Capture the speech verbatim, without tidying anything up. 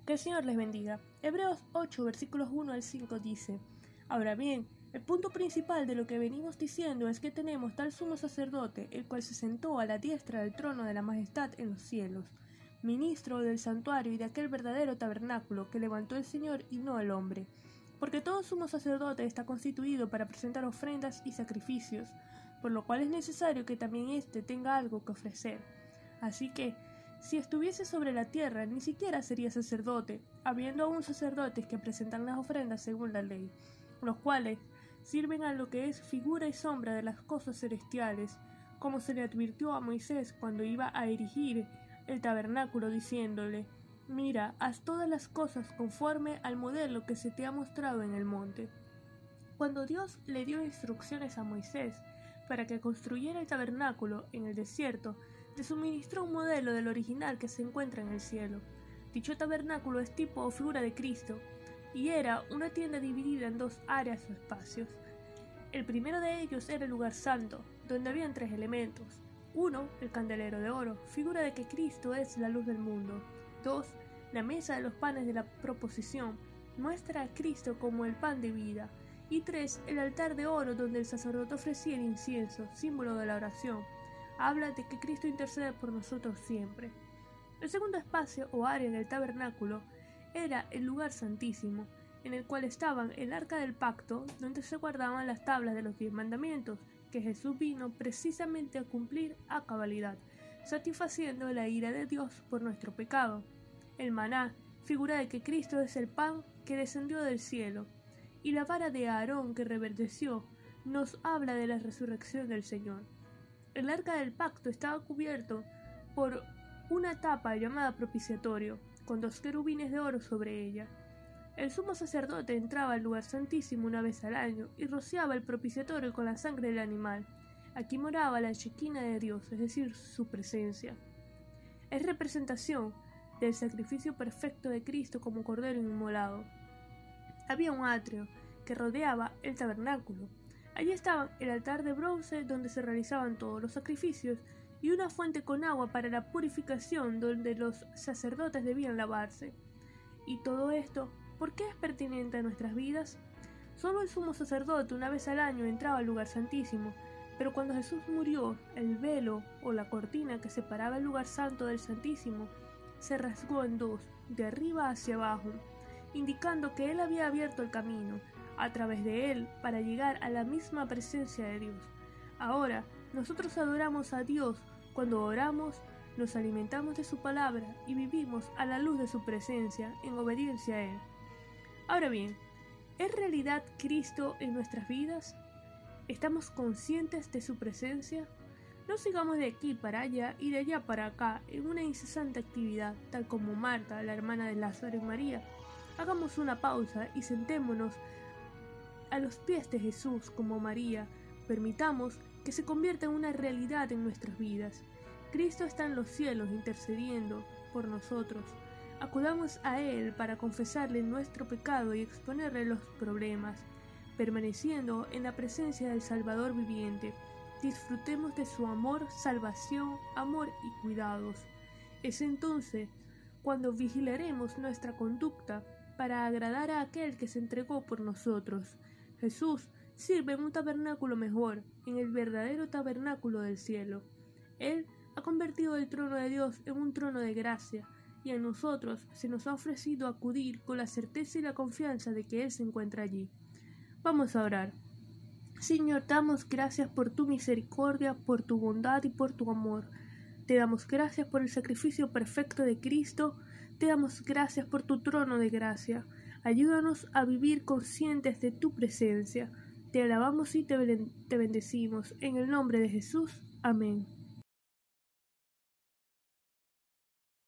Que el Señor les bendiga. Hebreos ocho, versículos uno al cinco dice: Ahora bien, el punto principal de lo que venimos diciendo es que tenemos tal sumo sacerdote, el cual se sentó a la diestra del trono de la majestad en los cielos, ministro del santuario y de aquel verdadero tabernáculo que levantó el Señor y no el hombre. Porque todo sumo sacerdote está constituido para presentar ofrendas y sacrificios, por lo cual es necesario que también éste tenga algo que ofrecer. Así que, si estuviese sobre la tierra, ni siquiera sería sacerdote, habiendo aún sacerdotes que presentan las ofrendas según la ley, los cuales sirven a lo que es figura y sombra de las cosas celestiales, como se le advirtió a Moisés cuando iba a erigir el tabernáculo, diciéndole: Mira, haz todas las cosas conforme al modelo que se te ha mostrado en el monte. Cuando Dios le dio instrucciones a Moisés para que construyera el tabernáculo en el desierto, le suministró un modelo del original que se encuentra en el cielo. Dicho tabernáculo es tipo o figura de Cristo, y era una tienda dividida en dos áreas o espacios. El primero de ellos era el lugar santo, donde habían tres elementos. Uno, el candelero de oro, figura de que Cristo es la luz del mundo. Dos, la mesa de los panes de la proposición, muestra a Cristo como el pan de vida. Y tres, el altar de oro donde el sacerdote ofrecía el incienso, símbolo de la oración. Habla de que Cristo intercede por nosotros siempre. El segundo espacio o área del tabernáculo era el lugar santísimo, en el cual estaban el arca del pacto, donde se guardaban las tablas de los diez mandamientos, que Jesús vino precisamente a cumplir a cabalidad, satisfaciendo la ira de Dios por nuestro pecado. El maná, figura de que Cristo es el pan que descendió del cielo, y la vara de Aarón que reverdeció, nos habla de la resurrección del Señor. El arca del pacto estaba cubierto por una tapa llamada propiciatorio, con dos querubines de oro sobre ella. El sumo sacerdote entraba al lugar santísimo una vez al año y rociaba el propiciatorio con la sangre del animal. Aquí moraba la Shequina de Dios, es decir, su presencia. Es representación del sacrificio perfecto de Cristo como cordero inmolado. Había un atrio que rodeaba el tabernáculo. Allí estaba el altar de bronce donde se realizaban todos los sacrificios y una fuente con agua para la purificación donde los sacerdotes debían lavarse. Y todo esto, ¿por qué es pertinente a nuestras vidas? Solo el sumo sacerdote una vez al año entraba al lugar santísimo, pero cuando Jesús murió, el velo o la cortina que separaba el lugar santo del santísimo se rasgó en dos, de arriba hacia abajo, indicando que Él había abierto el camino a través de él para llegar a la misma presencia de Dios. Ahora, nosotros adoramos a Dios cuando oramos, nos alimentamos de su palabra y vivimos a la luz de su presencia en obediencia a Él. Ahora bien, ¿es realidad Cristo en nuestras vidas? ¿Estamos conscientes de su presencia? No sigamos de aquí para allá y de allá para acá en una incesante actividad, tal como Marta, la hermana de Lázaro y María. Hagamos una pausa y sentémonos a los pies de Jesús como María. Permitamos que se convierta en una realidad en nuestras vidas. Cristo está en los cielos intercediendo por nosotros. Acudamos a Él para confesarle nuestro pecado y exponerle los problemas, permaneciendo en la presencia del Salvador viviente. Disfrutemos de su amor, salvación, amor y cuidados. Es entonces cuando vigilaremos nuestra conducta para agradar a aquel que se entregó por nosotros. Jesús sirve en un tabernáculo mejor, en el verdadero tabernáculo del cielo. Él ha convertido el trono de Dios en un trono de gracia, y a nosotros se nos ha ofrecido acudir con la certeza y la confianza de que Él se encuentra allí. Vamos a orar. Señor, damos gracias por tu misericordia, por tu bondad y por tu amor. Te damos gracias por el sacrificio perfecto de Cristo. Te damos gracias por tu trono de gracia. Ayúdanos a vivir conscientes de tu presencia. Te alabamos y te bendecimos. En el nombre de Jesús. Amén.